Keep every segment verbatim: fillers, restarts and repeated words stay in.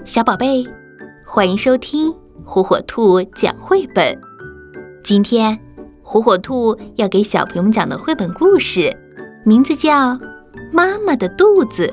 小宝贝，欢迎收听火火兔讲绘本。今天火火兔要给小朋友们讲的绘本故事名字叫《妈妈的肚子》。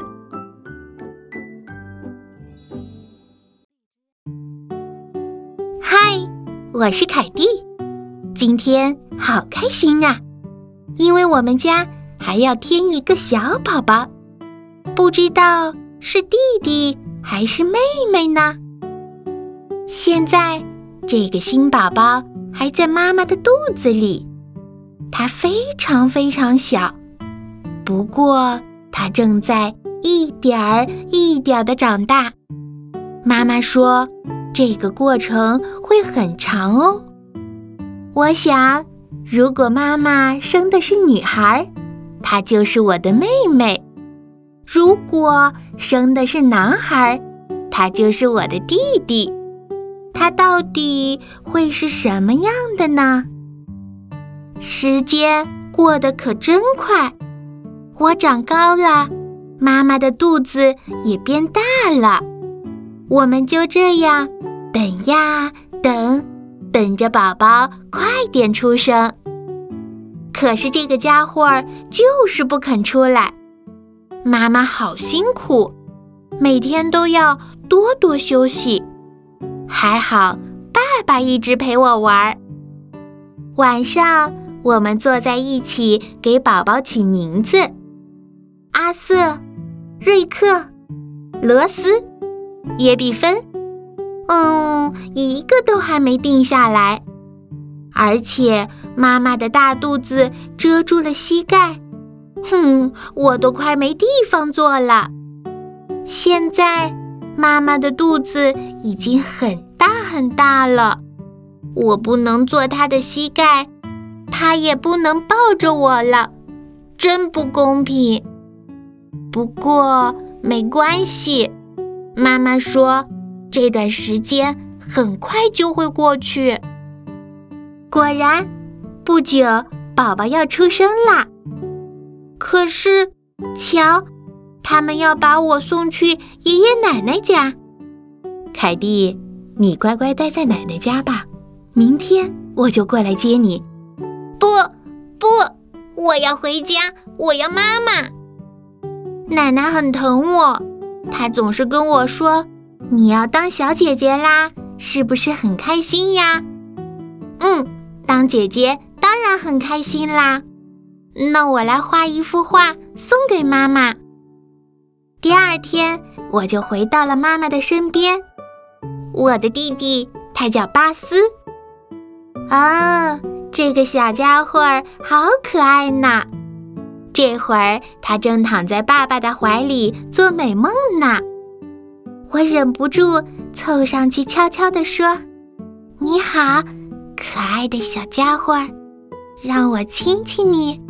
嗨，我是凯蒂，今天好开心啊，因为我们家还要添一个小宝宝，不知道是弟弟还是妹妹呢？现在这个新宝宝还在妈妈的肚子里，他非常非常小，不过他正在一点儿一点儿地长大。妈妈说这个过程会很长哦。我想，如果妈妈生的是女孩，她就是我的妹妹；如果生的是男孩，他就是我的弟弟。他到底会是什么样的呢？时间过得可真快，我长高了，妈妈的肚子也变大了。我们就这样等呀等，等着宝宝快点出生。可是这个家伙就是不肯出来。妈妈好辛苦，每天都要多多休息。还好爸爸一直陪我玩。晚上我们坐在一起给宝宝取名字，阿瑟、瑞克、罗斯、约比芬，嗯，一个都还没定下来。而且妈妈的大肚子遮住了膝盖，哼，我都快没地方坐了。现在妈妈的肚子已经很大很大了，我不能坐她的膝盖，她也不能抱着我了，真不公平。不过没关系，妈妈说这段时间很快就会过去。果然，不久宝宝要出生啦。可是，瞧，他们要把我送去爷爷奶奶家。凯蒂，你乖乖待在奶奶家吧，明天我就过来接你。不，不，我要回家，我要妈妈。奶奶很疼我，她总是跟我说，你要当小姐姐啦，是不是很开心呀？嗯，当姐姐当然很开心啦。那我来画一幅画送给妈妈。第二天，我就回到了妈妈的身边。我的弟弟，他叫巴斯。啊，这个小家伙好可爱呢。这会儿他正躺在爸爸的怀里做美梦呢。我忍不住凑上去悄悄地说，你好，可爱的小家伙，让我亲亲你。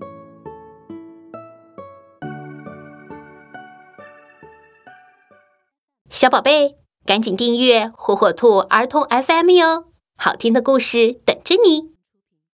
小宝贝，赶紧订阅火火兔儿童 F M 哟，好听的故事等着你。